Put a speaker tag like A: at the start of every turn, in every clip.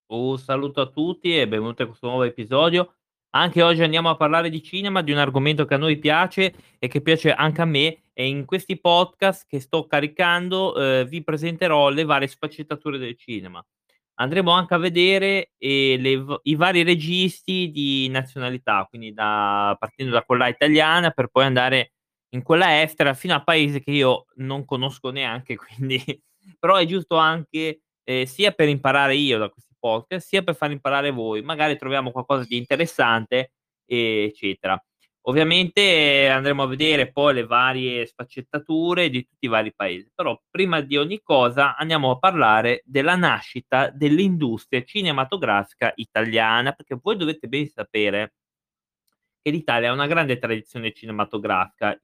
A: Un saluto a tutti e benvenuti a questo nuovo episodio. Anche oggi andiamo a parlare di cinema, di un argomento che a noi piace e che piace anche a me e in questi podcast che sto caricando, vi presenterò le varie sfaccettature del cinema. Andremo anche a vedere, i vari registi di nazionalità, quindi partendo da quella italiana per poi andare in quella estera fino a paesi che io non conosco neanche, quindi però è giusto anche, sia per imparare io da questi podcast, sia per far imparare voi. Magari troviamo qualcosa di interessante, eccetera. Ovviamente andremo a vedere poi le varie sfaccettature di tutti i vari paesi, però prima di ogni cosa andiamo a parlare della nascita dell'industria cinematografica italiana, perché voi dovete ben sapere che l'Italia ha una grande tradizione cinematografica,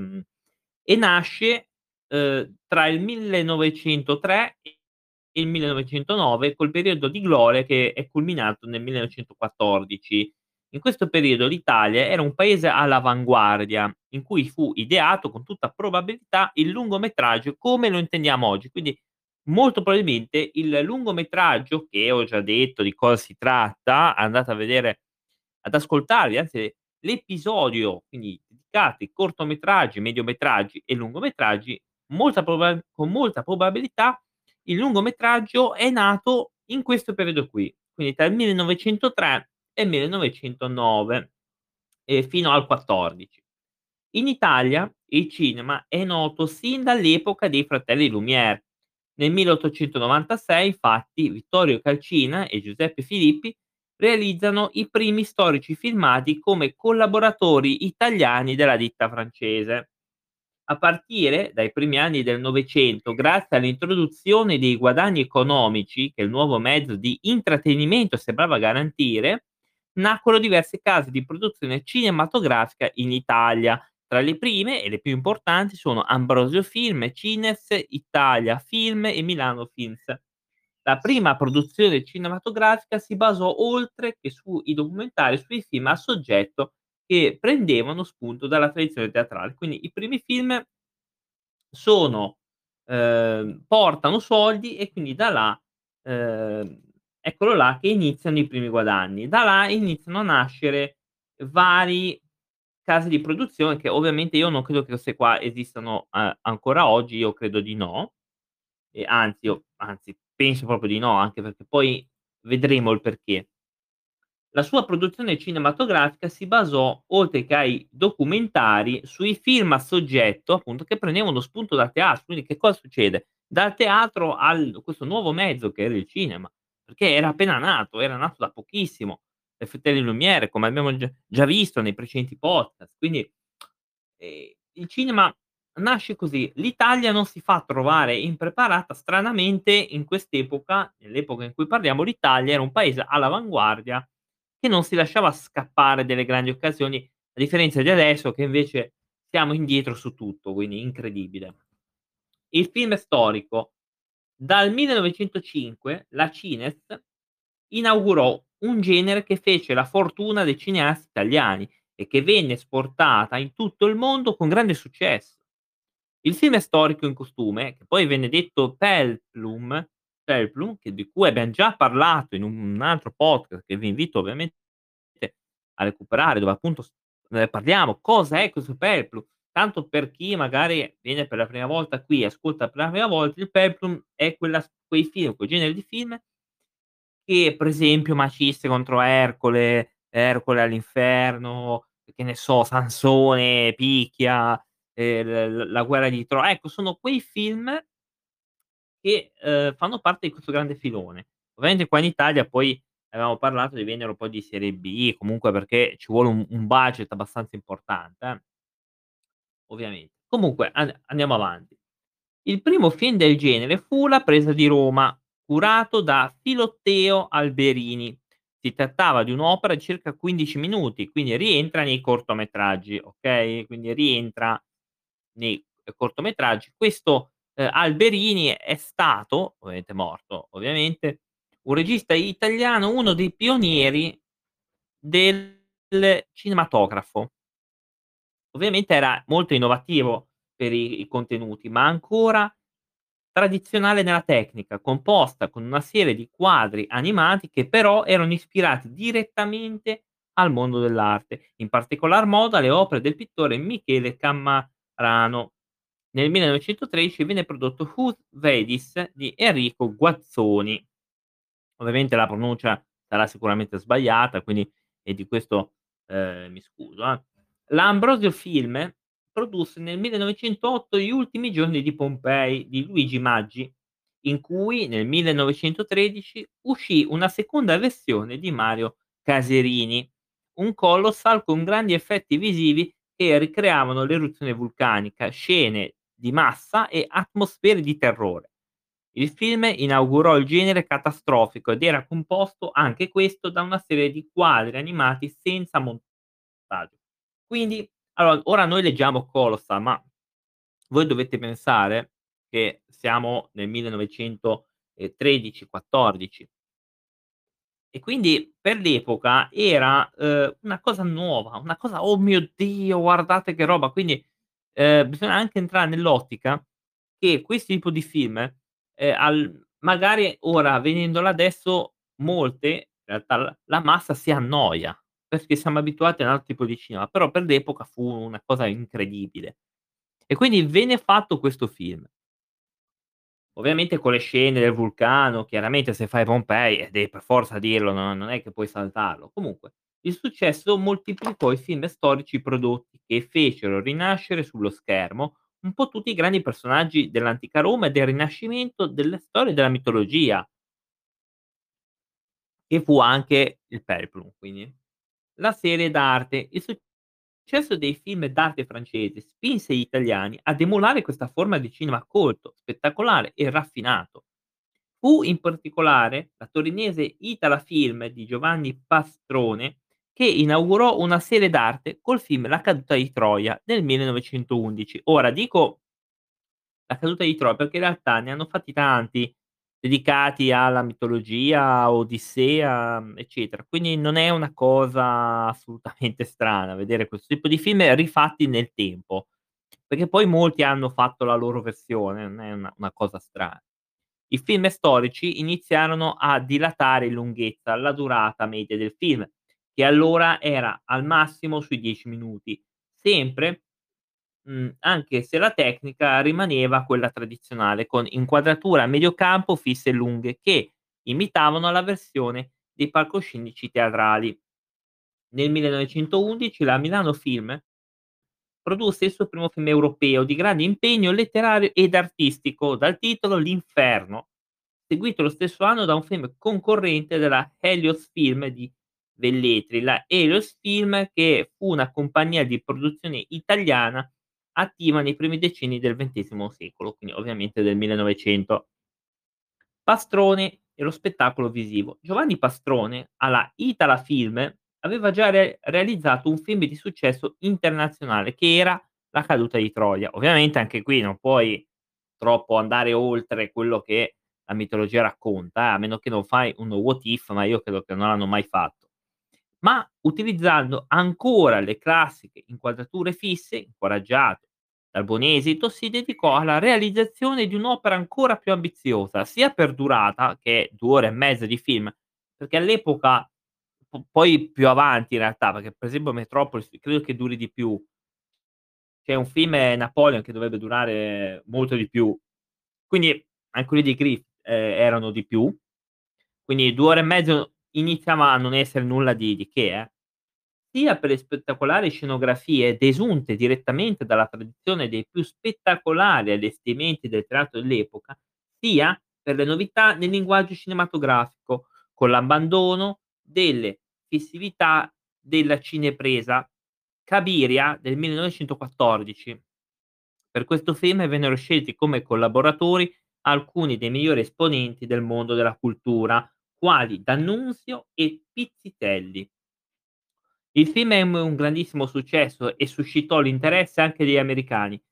A: e nasce, tra il 1903 e il 1909 col periodo di gloria che è culminato nel 1914. In questo periodo l'Italia era un paese all'avanguardia, in cui fu ideato con tutta probabilità il lungometraggio come lo intendiamo oggi. Quindi molto probabilmente il lungometraggio, che ho già detto di cosa si tratta, andate a vedere ad ascoltarvi, anzi l'episodio, quindi dedicato ai cortometraggi, mediometraggi e lungometraggi, con molta probabilità il lungometraggio è nato in questo periodo qui, quindi tra il 1903 e il 1909 e fino al 14. In Italia il cinema è noto sin dall'epoca dei fratelli Lumière. Nel 1896 infatti Vittorio Calcina e Giuseppe Filippi realizzano i primi storici filmati come collaboratori italiani della ditta francese. A partire dai primi anni del Novecento, grazie all'introduzione dei guadagni economici che il nuovo mezzo di intrattenimento sembrava garantire, nacquero diverse case di produzione cinematografica in Italia. Tra le prime e le più importanti sono Ambrosio Film, Cines, Italia Film e Milano Films. La prima produzione cinematografica si basò oltre che sui documentari, sui film a soggetto che prendevano spunto dalla tradizione teatrale. Quindi i primi film sono portano soldi e quindi da là ehm, eccolo là che iniziano i primi guadagni. Da là iniziano a nascere vari case di produzione che ovviamente io non credo che queste qua esistano, ancora oggi, io credo di no, e anzi penso proprio di no, anche perché poi vedremo il perché. La sua produzione cinematografica si basò, oltre che ai documentari, sui film a soggetto, appunto, che prendevano spunto dal teatro. Quindi che cosa succede? Dal teatro al questo nuovo mezzo che era il cinema, perché era appena nato, era nato da pochissimo. Le Fratelli Lumière, come abbiamo già visto nei precedenti podcast. Quindi, il cinema nasce così. L'Italia non si fa trovare impreparata. Stranamente in quest'epoca, nell'epoca in cui parliamo, l'Italia era un paese all'avanguardia che non si lasciava scappare delle grandi occasioni, a differenza di adesso che invece siamo indietro su tutto, quindi incredibile. Il film storico. Dal 1905 la Cines inaugurò un genere che fece la fortuna dei cineasti italiani e che venne esportata in tutto il mondo con grande successo. Il film storico in costume, che poi venne detto Peplum, che di cui abbiam già parlato in un altro podcast che vi invito ovviamente a recuperare, dove appunto parliamo cosa è questo Peplum. Tanto per chi magari viene per la prima volta qui e ascolta per la prima volta, il Peplum è quei film, quel genere di film che per esempio Maciste contro Ercole, Ercole all'inferno, che ne so, Sansone picchia, la guerra di ecco, sono quei film che, fanno parte di questo grande filone. Ovviamente qua in Italia poi avevamo parlato di vendere un po' di serie B, comunque perché ci vuole un budget abbastanza importante, ovviamente. Comunque andiamo avanti. Il primo film del genere fu La presa di Roma, curato da Filotteo Alberini. Si trattava di un'opera di circa 15 minuti, quindi rientra nei cortometraggi, okay, quindi rientra nei cortometraggi. Questo, Alberini è stato, ovviamente morto ovviamente, un regista italiano, uno dei pionieri del cinematografo. Ovviamente era molto innovativo per i contenuti, ma ancora tradizionale nella tecnica, composta con una serie di quadri animati che però erano ispirati direttamente al mondo dell'arte, in particolar modo alle opere del pittore Michele Cammarano. Nel 1913 viene prodotto Hus Vedis di Enrico Guazzoni. Ovviamente la pronuncia sarà sicuramente sbagliata, quindi e di questo, mi scuso, L'Ambrosio Film produsse nel 1908 Gli ultimi giorni di Pompei di Luigi Maggi, in cui nel 1913 uscì una seconda versione di Mario Caserini, un colossal con grandi effetti visivi che ricreavano l'eruzione vulcanica, scene di massa e atmosfere di terrore. Il film inaugurò il genere catastrofico ed era composto anche questo da una serie di quadri animati senza montaggio. Quindi, allora, ora noi leggiamo Colossal, ma voi dovete pensare che siamo nel 1913, 14 e quindi per l'epoca era, una cosa nuova, una cosa: "Oh mio Dio, guardate che roba!" Quindi, bisogna anche entrare nell'ottica che questo tipo di film, al magari ora vedendolo adesso molte, in realtà la massa si annoia, perché siamo abituati a un altro tipo di cinema, però per l'epoca fu una cosa incredibile. E quindi venne fatto questo film. Ovviamente con le scene del vulcano, chiaramente se fai Pompei, devi per forza dirlo, non è che puoi saltarlo. Comunque, il successo moltiplicò i film storici prodotti che fecero rinascere sullo schermo un po' tutti i grandi personaggi dell'antica Roma e del Rinascimento, delle storie della mitologia, che fu anche il Peplum, quindi. La serie d'arte. Il successo dei film d'arte francesi spinse gli italiani ad emulare questa forma di cinema colto, spettacolare e raffinato. Fu in particolare la torinese Italafilm di Giovanni Pastrone che inaugurò una serie d'arte col film La caduta di Troia nel 1911. Ora dico La caduta di Troia perché in realtà ne hanno fatti tanti dedicati alla mitologia, Odissea, eccetera. Quindi non è una cosa assolutamente strana vedere questo tipo di film rifatti nel tempo, perché poi molti hanno fatto la loro versione, non è una cosa strana. I film storici iniziarono a dilatare in lunghezza la durata media del film, che allora era al massimo sui 10 minuti, sempre, anche se la tecnica rimaneva quella tradizionale, con inquadrature a medio campo fisse e lunghe, che imitavano la versione dei palcoscenici teatrali. Nel 1911 la Milano Film produsse il suo primo film europeo di grande impegno letterario ed artistico, dal titolo L'Inferno, seguito lo stesso anno da un film concorrente della Helios Film di Velletri, la Helios Film che fu una compagnia di produzione italiana attiva nei primi decenni del XX secolo, quindi ovviamente del 1900. Pastrone e lo spettacolo visivo. Giovanni Pastrone, alla Itala Film, aveva già realizzato un film di successo internazionale che era La caduta di Troia. Ovviamente anche qui non puoi troppo andare oltre quello che la mitologia racconta, a meno che non fai un what if, ma io credo che non l'hanno mai fatto. Ma utilizzando ancora le classiche inquadrature fisse, incoraggiato dal buon esito, si dedicò alla realizzazione di un'opera ancora più ambiziosa, sia per durata, che è 2 ore e mezza di film, perché all'epoca poi più avanti in realtà, perché per esempio Metropolis credo che duri di più. C'è un film Napoleon che dovrebbe durare molto di più. Quindi anche quelli di Griffith, erano di più, quindi 2 ore e mezzo iniziava a non essere nulla di che, sia per le spettacolari scenografie desunte direttamente dalla tradizione dei più spettacolari allestimenti del teatro dell'epoca, sia per le novità nel linguaggio cinematografico, con l'abbandono delle fissività della cinepresa. Cabiria del 1914. Per questo film vennero scelti come collaboratori alcuni dei migliori esponenti del mondo della cultura, quali D'Annunzio e Pizzitelli. Il film è un grandissimo successo e suscitò l'interesse anche degli americani,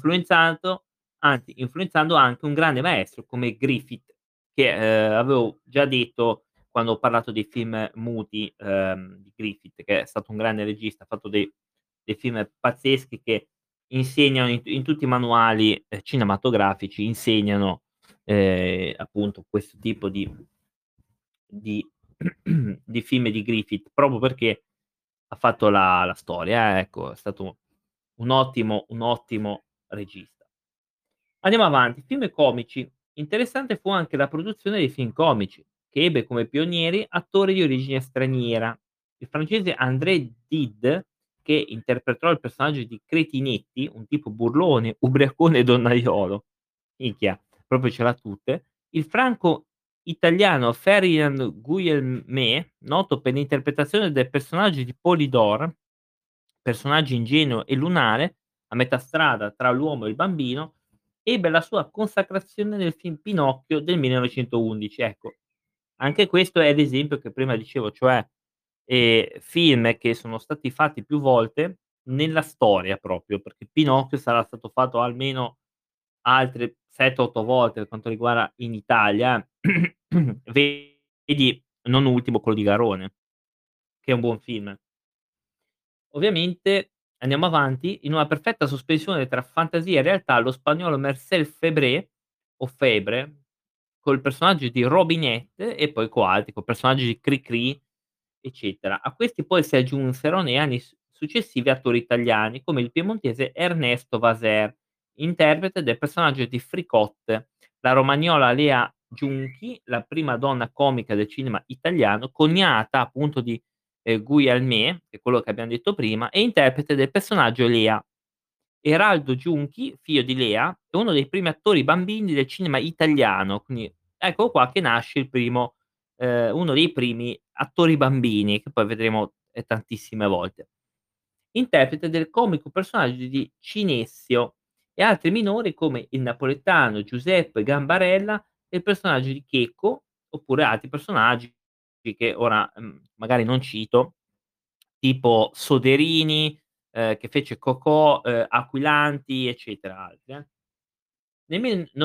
A: influenzando anche un grande maestro come Griffith, che, avevo già detto quando ho parlato dei film muti, di Griffith, che è stato un grande regista, ha fatto dei film pazzeschi che insegnano in tutti i manuali, cinematografici, insegnano appunto questo tipo di di film di Griffith, proprio perché ha fatto la storia, ecco, è stato un ottimo regista. Andiamo avanti, film comici. Interessante fu anche la produzione dei film comici, che ebbe come pionieri attori di origine straniera. Il francese André Dide, che interpretò il personaggio di Cretinetti, un tipo burlone, ubriacone e donnaiolo. Minchia, proprio ce l'ha tutte. Il franco-italiano Ferdinand Guillemette, noto per l'interpretazione del personaggio di Polydore, personaggio ingenuo e lunare, a metà strada tra l'uomo e il bambino, ebbe la sua consacrazione nel film Pinocchio del 1911. Ecco, anche questo è l'esempio che prima dicevo, cioè, film che sono stati fatti più volte nella storia proprio, perché Pinocchio sarà stato fatto almeno altre 7, 8 volte per quanto riguarda in Italia. Vedi non ultimo quello di Garone, che è un buon film. Ovviamente andiamo avanti, in una perfetta sospensione tra fantasia e realtà, lo spagnolo Marcel Febré o Febre, col personaggio di Robinette e poi co altri, col personaggio di Cricri, eccetera. A questi poi si aggiunsero nei anni successivi attori italiani, come il piemontese Ernesto Vaser, interprete del personaggio di Fricotte, la romagnola Lea Giunchi, la prima donna comica del cinema italiano, cognata appunto di Guglielmé, che è quello che abbiam detto prima, e interprete del personaggio Lea. Eraldo Giunchi, figlio di Lea, è uno dei primi attori bambini del cinema italiano, quindi ecco qua che nasce il primo uno dei primi attori bambini, che poi vedremo, tantissime volte. Interprete del comico personaggio di Cinessio e altri minori come il napoletano Giuseppe Gambarella e il personaggio di Checco, oppure altri personaggi che ora, magari non cito, tipo Soderini, che fece Cocò, Aquilantì, eccetera, altri, eh. Nel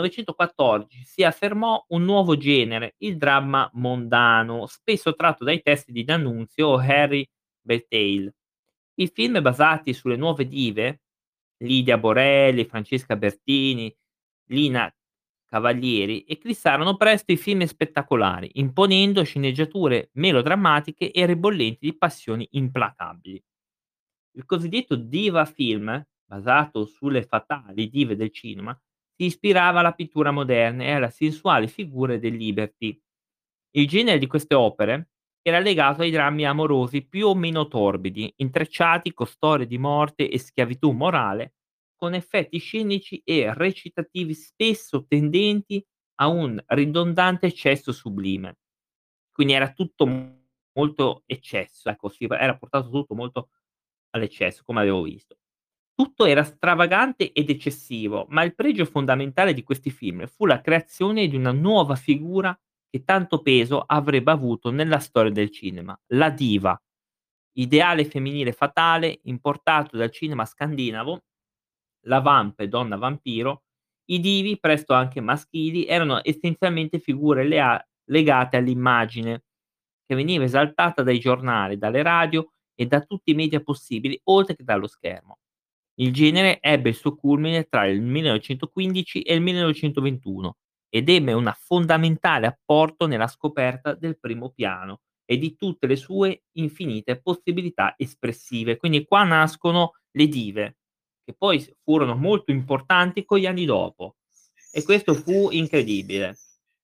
A: 1914 si affermò un nuovo genere, il dramma mondano, spesso tratto dai testi di D'Annunzio o Harry Belltail. I film basati sulle nuove dive, Lidia Borelli, Francesca Bertini, Lina Cavalieri, eclissarono presto i film spettacolari, imponendo sceneggiature melodrammatiche e ribollenti di passioni implacabili. Il cosiddetto diva film, basato sulle fatali dive del cinema, si ispirava alla pittura moderna e alla sensuale figura del Liberty. Il genere di queste opere era legato ai drammi amorosi più o meno torbidi, intrecciati con storie di morte e schiavitù morale, con effetti scenici e recitativi spesso tendenti a un ridondante eccesso sublime. Quindi era tutto molto eccesso, ecco, era portato tutto molto all'eccesso, come avevo visto. Tutto era stravagante ed eccessivo, ma il pregio fondamentale di questi film fu la creazione di una nuova figura che tanto peso avrebbe avuto nella storia del cinema, la diva, ideale femminile fatale importato dal cinema scandinavo, la vamp e donna vampiro. I divi, presto anche maschili, erano essenzialmente figure legate all'immagine, che veniva esaltata dai giornali, dalle radio e da tutti i media possibili, oltre che dallo schermo. Il genere ebbe il suo culmine tra il 1915 e il 1921 ed ebbe una fondamentale apporto nella scoperta del primo piano e di tutte le sue infinite possibilità espressive. Quindi qua nascono le dive, che poi furono molto importanti con gli anni dopo, e questo fu incredibile.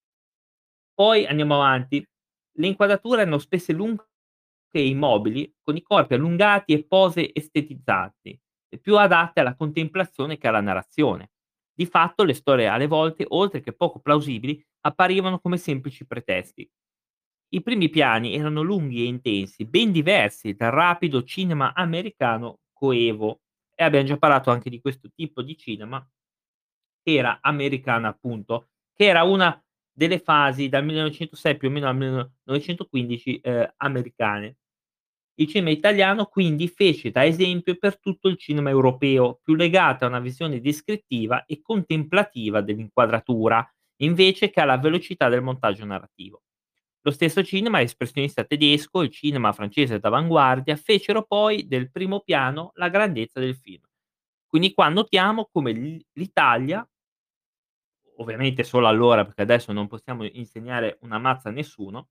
A: Poi andiamo avanti. Le inquadrature erano spesse lunghe e immobili, con i corpi allungati e pose estetizzanti, e più adatte alla contemplazione che alla narrazione. Di fatto le storie alle volte, oltre che poco plausibili, apparivano come semplici pretesti. I primi piani erano lunghi e intensi, ben diversi dal rapido cinema americano coevo, e abbiam già parlato anche di questo tipo di cinema, che era americana appunto, che era una delle fasi dal 1906 più o meno al 1915, americane. Il cinema italiano quindi fece da esempio per tutto il cinema europeo, più legato a una visione descrittiva e contemplativa dell'inquadratura, invece che alla velocità del montaggio narrativo. Lo stesso cinema espressionista tedesco, il cinema francese d'avanguardia, fecero poi del primo piano la grandezza del film. Quindi qua notiamo come l'Italia ovviamente solo allora, perché adesso non possiamo insegnare una mazza a nessuno,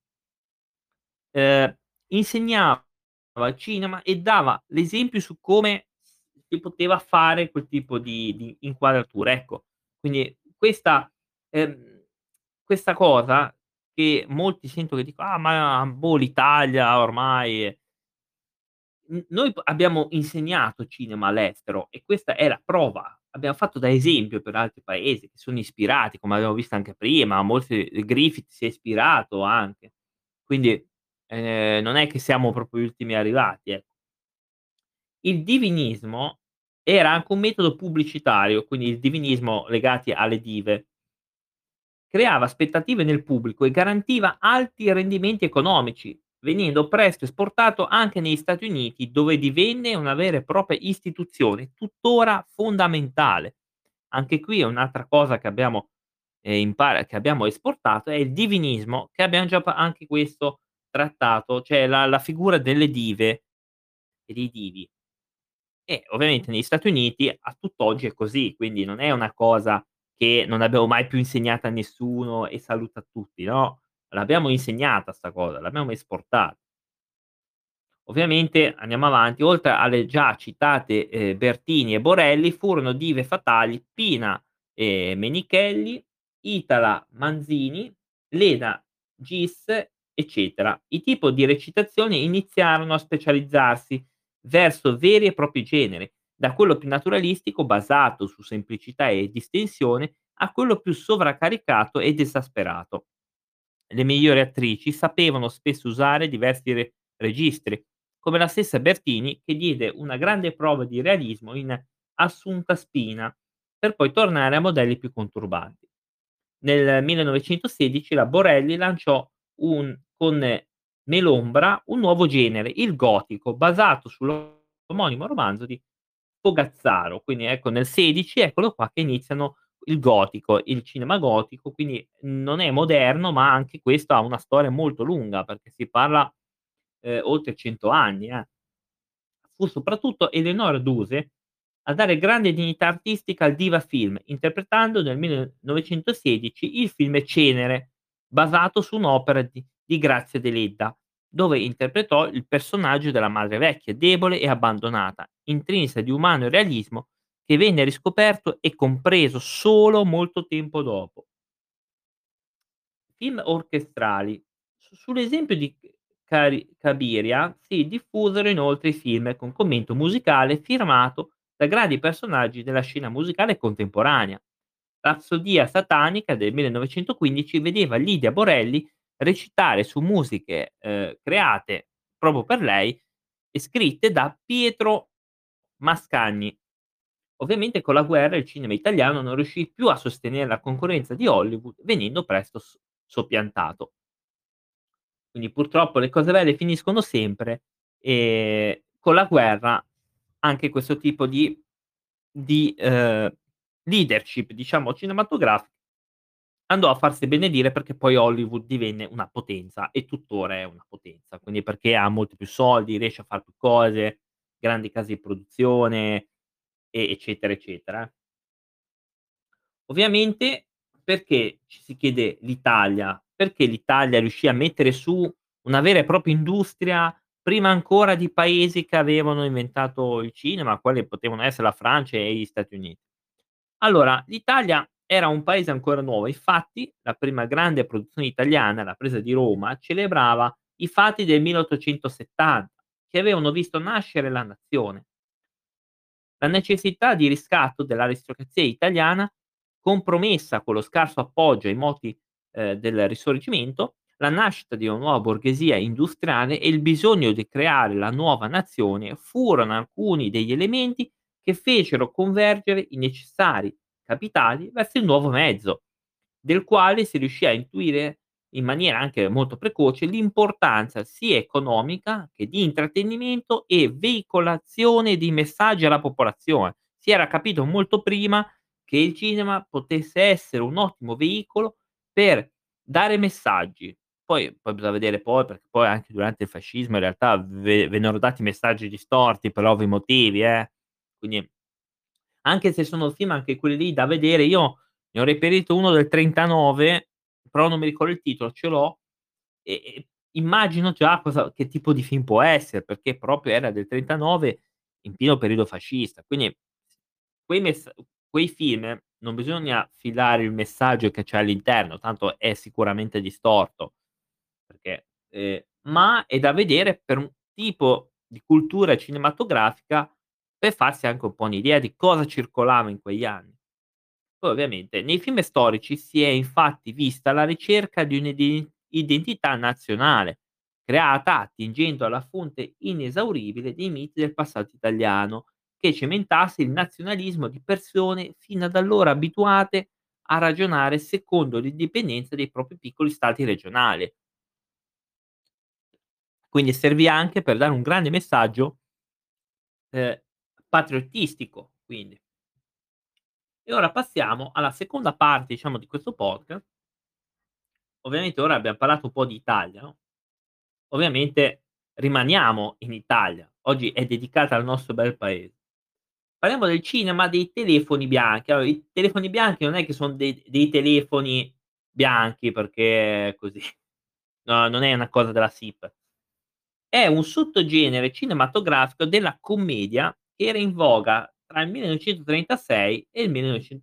A: ehm, insegnava il cinema e dava l'esempio su come si poteva fare quel tipo di inquadratura, ecco. Quindi ehm, questa cosa che molti sento che dico: "Ah, ma boh, l'Italia ormai". Noi p abbiamo insegnato cinema all'estero e questa è la prova. Abbiamo fatto da esempio per altri paesi che sono ispirati, come abbiamo visto anche prima, molti Griffith si è ispirato anche. Quindi, non è che siamo proprio gli ultimi arrivati, ecco. Il divinismo era anche un metodo pubblicitario, quindi il divinismo legati alle dive. Creava aspettative nel pubblico e garantiva alti rendimenti economici, venendo presto esportato anche negli Stati Uniti, dove divenne una vera e propria istituzione, tuttora fondamentale. Anche qui è un'altra cosa che abbiamo esportato è il divinismo, che abbiam già anche questo trattato, cioè la figura delle dive e dei divi. E ovviamente negli Stati Uniti a tutt'oggi è così, quindi non è una cosa che non abbiamo mai più insegnata a nessuno e saluta a tutti, no, l'abbiamo insegnata 'sta cosa, l'abbiamo esportata. Ovviamente andiamo avanti, oltre alle già citate, Bertini e Borelli, furono dive fatali Pina Menichelli, Itala Manzini, Leda Gis, eccetera. I tipo di recitazione iniziarono a specializzarsi verso veri e propri generi, da quello più naturalistico basato su semplicità e distensione, a quello più sovraccaricato ed esasperato. Le migliori attrici sapevano spesso usare diversi registri, come la stessa Bertini che diede una grande prova di realismo in Assunta Spina, per poi tornare a modelli più conturbanti. Nel 1916 la Borelli lanciò con Melombra un nuovo genere, il gotico, basato sull'omonimo romanzo di Fogazzaro. Quindi ecco, nel 16 eccolo qua che iniziano il gotico, il cinema gotico, quindi non è moderno, ma anche questo ha una storia molto lunga, perché si parla, oltre 100 anni, eh. Fu soprattutto Eleonore Duse a dare grande dignità artistica al diva film, interpretando nel 1916 il film Cenere, basato su un'opera di Grazia Deledda, dove interpretò il personaggio della madre vecchia, debole e abbandonata, intrinsa di umano realismo che venne riscoperto e compreso solo molto tempo dopo. Film orchestrali. Sull'esempio di Cabiria si diffusero inoltre i film con commento musicale firmato da grandi personaggi della scena musicale contemporanea. Rapsodia satanica del 1915 vedeva Lidia Borelli recitare su musiche, create proprio per lei e scritte da Pietro Mascagni. Ovviamente con la guerra il cinema italiano non riuscì più a sostenere la concorrenza di Hollywood, venendo presto soppiantato. Quindi purtroppo le cose belle finiscono sempre, con la guerra anche questo tipo di leadership, diciamo, cinematografica andò a farsi benedire perché poi Hollywood divenne una potenza e tuttora è una potenza, quindi perché ha molti più soldi, riesce a far più cose, grandi case di produzione eccetera, eccetera. Ovviamente perché ci si chiede l'Italia? Perché l'Italia riuscì a mettere su una vera e propria industria prima ancora di paesi che avevano inventato il cinema, quali potevano essere la Francia e gli Stati Uniti. Allora, l'Italia era un paese ancora nuovo, infatti la prima grande produzione italiana, la presa di Roma, celebrava i fatti del 1870, che avevano visto nascere la nazione. La necessità di riscatto dell'aristocrazia italiana, compromessa con lo scarso appoggio ai moti, del Risorgimento, la nascita di una nuova borghesia industriale e il bisogno di creare la nuova nazione furono alcuni degli elementi che fecero convergere i necessari capitali verso il nuovo mezzo, del quale si riuscì a intuire in maniera anche molto precoce l'importanza sia economica che di intrattenimento e veicolazione di messaggi alla popolazione. Si era capito molto prima che il cinema potesse essere un ottimo veicolo per dare messaggi. Poi bisogna vedere poi, perché poi anche durante il fascismo in realtà vennero dati messaggi distorti per ovvi motivi, quindi anche se sono film anche quelli lì da vedere, io Ne ho reperito uno del '39, però non mi ricordo il titolo, ce l'ho e immagino già cosa che tipo di film può essere, perché proprio era del '39 in pieno periodo fascista. Quindi quei messa quei film non bisogna filare il messaggio che c'è all'interno, tanto è sicuramente distorto, perché ma è da vedere per un tipo di cultura cinematografica per farsi anche un po' un'idea di cosa circolava in quegli anni. Poi ovviamente nei film storici si è infatti vista la ricerca di identità nazionale, creata attingendo alla fonte inesauribile dei miti del passato italiano, che cementasse il nazionalismo di persone fino ad allora abituate a ragionare secondo l'indipendenza dei propri piccoli stati regionali. Quindi servì anche per dare un grande messaggio, ehm, patriottistico quindi. E ora passiamo alla seconda parte, diciamo, di questo podcast. Ovviamente ora abbiam parlato un po' di Italia, no, ovviamente rimaniamo in Italia. Oggi è dedicata al nostro bel paese. Parliamo del cinema dei telefoni bianchi. Allora, i telefoni bianchi non è che son dei telefoni bianchi perché così, no, non è una cosa della SIP. È un sottogenere cinematografico della commedia che era in voga tra il 1936 e il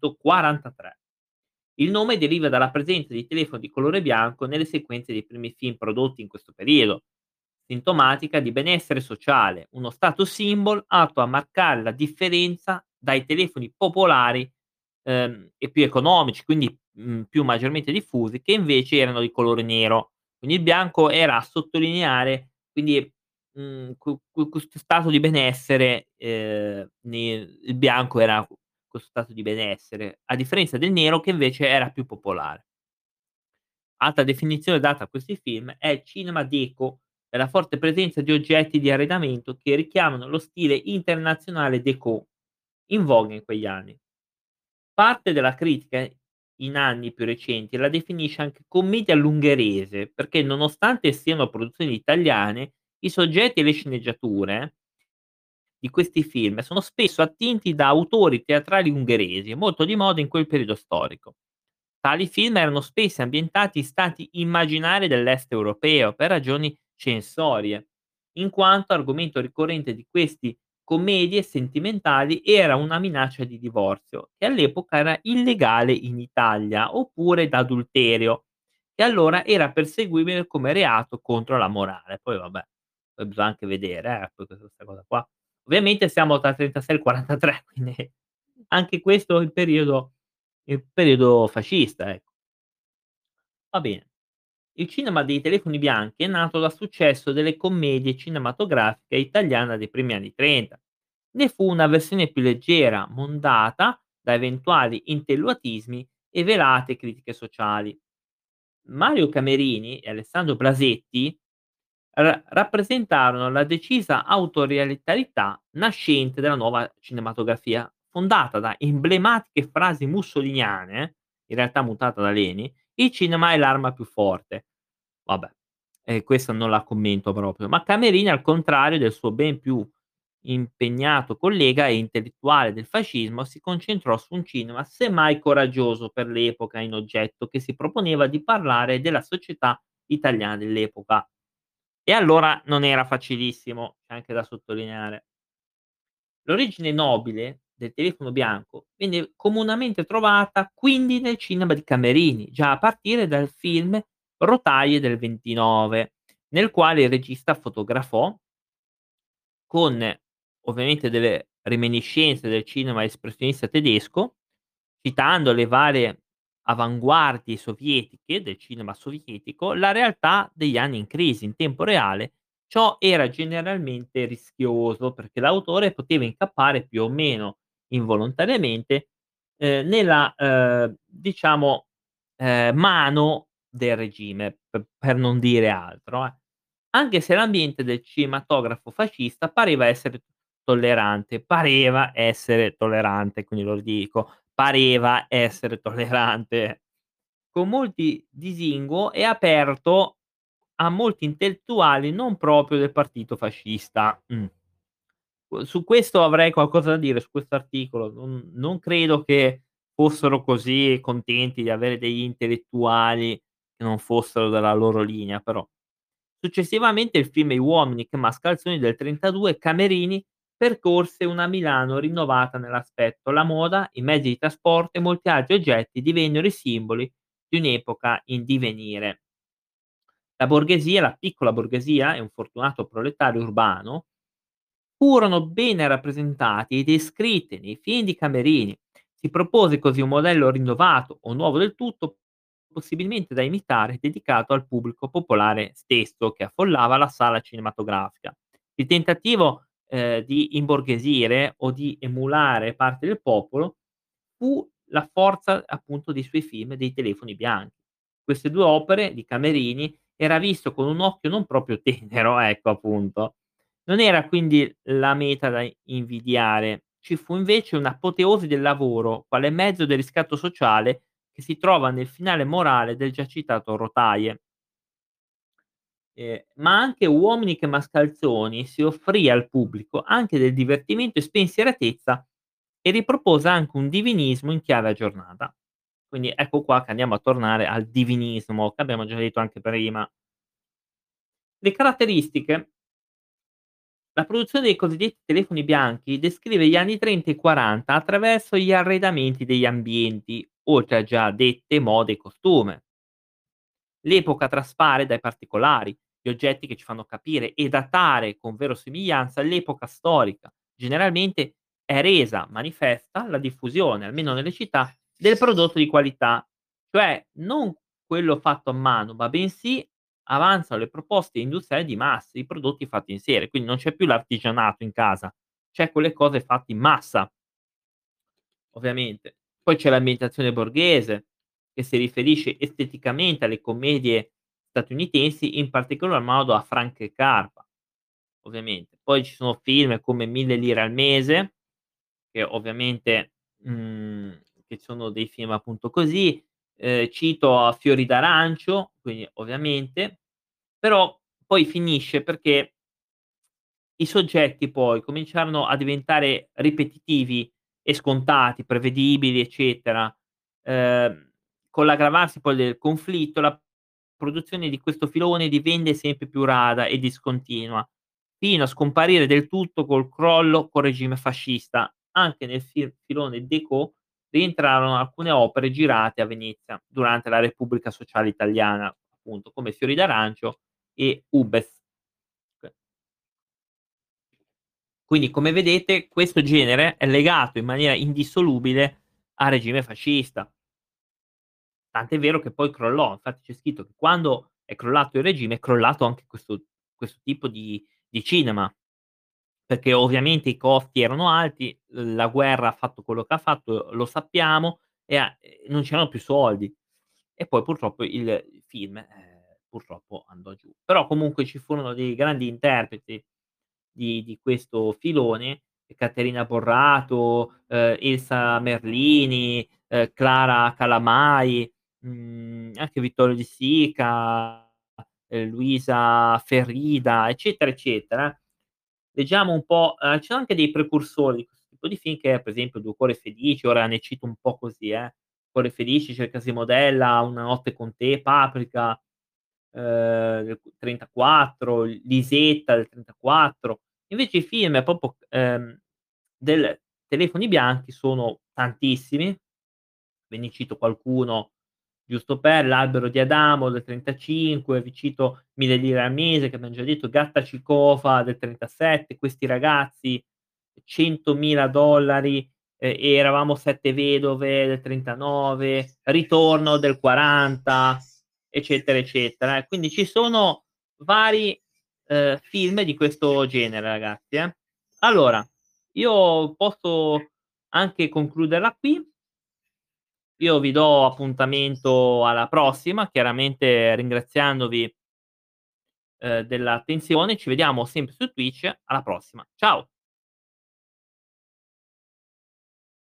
A: 1943. Il nome deriva dalla presenza di telefoni di colore bianco nelle sequenze dei primi film prodotti in questo periodo, sintomatica di benessere sociale, uno status symbol atto a marcare la differenza dai telefoni popolari, e più economici, quindi, più maggiormente diffusi, che invece erano di colore nero. Quindi il bianco era a sottolineare quindi, questo stato di benessere, ne il bianco era questo stato di benessere, a differenza del nero che invece era più popolare. Altra definizione data a questi film è cinema deco, è la forte presenza di oggetti di arredamento che richiamano lo stile internazionale déco, in voga in quegli anni. Parte della critica in anni più recenti la definisce anche commedia all'ungherese, perché nonostante siano produzioni italiane, i soggetti e le sceneggiature di questi film sono spesso attinti da autori teatrali ungheresi, molto di moda in quel periodo storico. Tali film erano spesso ambientati in stati immaginari dell'est europeo per ragioni censorie, in quanto argomento ricorrente di questi commedie sentimentali era una minaccia di divorzio, che all'epoca era illegale in Italia, oppure d'adulterio, che allora era perseguibile come reato contro la morale. Poi vabbè, poi bisogna anche vedere, poi questa cosa qua. Ovviamente siamo tra il 36 e il 43, quindi anche questo è il periodo fascista, ecco. Va bene. Il cinema dei telefoni bianchi è nato dal successo delle commedie cinematografiche italiane dei primi anni '30. Ne fu una versione più leggera, mondata da eventuali intelluatismi e velate critiche sociali. Mario Camerini e Alessandro Blasetti rappresentarono la decisa autorialità nascente della nuova cinematografia, fondata da emblematiche frasi mussoliniane, in realtà mutata da Lenin: "Il cinema è l'arma più forte". Vabbè, questa non la commento proprio. Ma Camerini, al contrario del suo ben più impegnato collega e intellettuale del fascismo, si concentrò su un cinema semmai coraggioso per l'epoca in oggetto, che si proponeva di parlare della società italiana dell'epoca. E allora non era facilissimo, c'è anche da sottolineare. L'origine nobile del telefono bianco venne comunemente trovata quindi nel cinema di Camerini, già a partire dal film Rotaie del '29, nel quale il regista fotografò con ovviamente delle reminiscenze del cinema espressionista tedesco, citando le varie avanguardie sovietiche del cinema sovietico, la realtà degli anni in crisi in tempo reale. Ciò era generalmente rischioso perché l'autore poteva incappare più o meno involontariamente, nella, diciamo, mano del regime, per non dire altro, anche se l'ambiente del cinematografo fascista pareva essere tollerante, quindi lo dico, pareva essere tollerante, con molti disinguo e aperto a molti intellettuali non proprio del partito fascista. Su questo avrei qualcosa da dire, su questo articolo. Non credo che fossero così contenti di avere degli intellettuali che non fossero della loro linea però. Successivamente il film "Gli uomini che mascalzoni" del '32, Camerini percorse una Milano rinnovata nell'aspetto, la moda, i mezzi di trasporto e molti altri oggetti divennero i simboli di un'epoca in divenire. La borghesia, la piccola borghesia e un fortunato proletario urbano furono bene rappresentati e descritti nei film di Camerini. Si propose così un modello rinnovato o nuovo del tutto, possibilmente da imitare, dedicato al pubblico popolare stesso che affollava la sala cinematografica. Il tentativo, di imborghesire o di emulare parte del popolo fu la forza appunto dei suoi film dei telefoni bianchi. Queste 2 opere di Camerini era visto con un occhio non proprio tenero, ecco appunto. Non era quindi la meta da invidiare, ci fu invece un'apoteosi del lavoro, quale mezzo del riscatto sociale che si trova nel finale morale del già citato Rotaie. Ma anche Uomini che mascalzoni si offrì al pubblico anche del divertimento e spensieratezza e ripropose anche un divinismo in chiave aggiornata. Quindi ecco qua che andiamo a tornare al divinismo che abbiamo già detto anche prima. Le caratteristiche: la produzione dei cosiddetti telefoni bianchi descrive gli anni '30 e '40 attraverso gli arredamenti degli ambienti, oltre a già dette mode e costume. L'epoca traspare dai particolari, gli oggetti che ci fanno capire e datare con verosimiglianza l'epoca storica. Generalmente è resa manifesta la diffusione, almeno nelle città, del prodotto di qualità, cioè non quello fatto a mano, ma bensì avanzano le proposte industriali di massa, i prodotti fatti in serie, quindi non c'è più l'artigianato in casa, c'è quelle cose fatte in massa. Ovviamente. Poi c'è l'ambientazione borghese, che si riferisce esteticamente alle commedie statunitensi, in particolar modo a Frank e Carpa, ovviamente. Poi ci sono film come 1000 lire al mese, che ovviamente, che sono dei film appunto così, cito a Fiori d'arancio, quindi ovviamente, però poi finisce perché i soggetti poi cominciarono a diventare ripetitivi e scontati, prevedibili, eccetera. Ehm, con l'aggravarsi poi del conflitto, la produzione di questo filone divenne sempre più rada e discontinua, fino a scomparire del tutto col regime fascista. Anche nel filone Decaux rientrarono alcune opere girate a Venezia durante la Repubblica Sociale Italiana, appunto, come Fiori d'arancio e Ubez. Quindi come vedete questo genere è legato in maniera indissolubile al regime fascista, tant'è vero che poi crollò. Infatti c'è scritto che quando è crollato il regime è crollato anche questo tipo di cinema, perché ovviamente i costi erano alti, la guerra ha fatto quello che ha fatto, lo sappiamo, non c'erano più soldi. E poi purtroppo il film, purtroppo andò giù. Però comunque ci furono dei grandi interpreti di questo filone, Caterina Borrato, Elsa Merlini, Clara Calamai, anche Vittorio De Sica, Luisa Ferrida, eccetera, eccetera. Leggiamo un po', ci sono anche dei precursori di questo tipo di film che è per esempio Due cuori felici, ora ne cito un po' così, Cuori felici, Cercasi modella, Una notte con te, Paprika, del 34, Lisetta del 34. Invece i film proprio, del telefoni bianchi sono tantissimi, ve ne cito qualcuno giusto per: L'albero di Adamo del '35, vi cito 1000 lire al mese che abbiam già detto, Gatta Cicofa del '37, Questi ragazzi, 100.000 dollari, e eravamo 7 vedove del '39, Ritorno del '40, eccetera, eccetera. Quindi ci sono vari, film di questo genere ragazzi, eh. Allora, io posso anche concluderla qui. Io vi do appuntamento alla prossima, chiaramente ringraziandovi, dell'attenzione. Ci vediamo sempre su Twitch. Alla prossima. Ciao.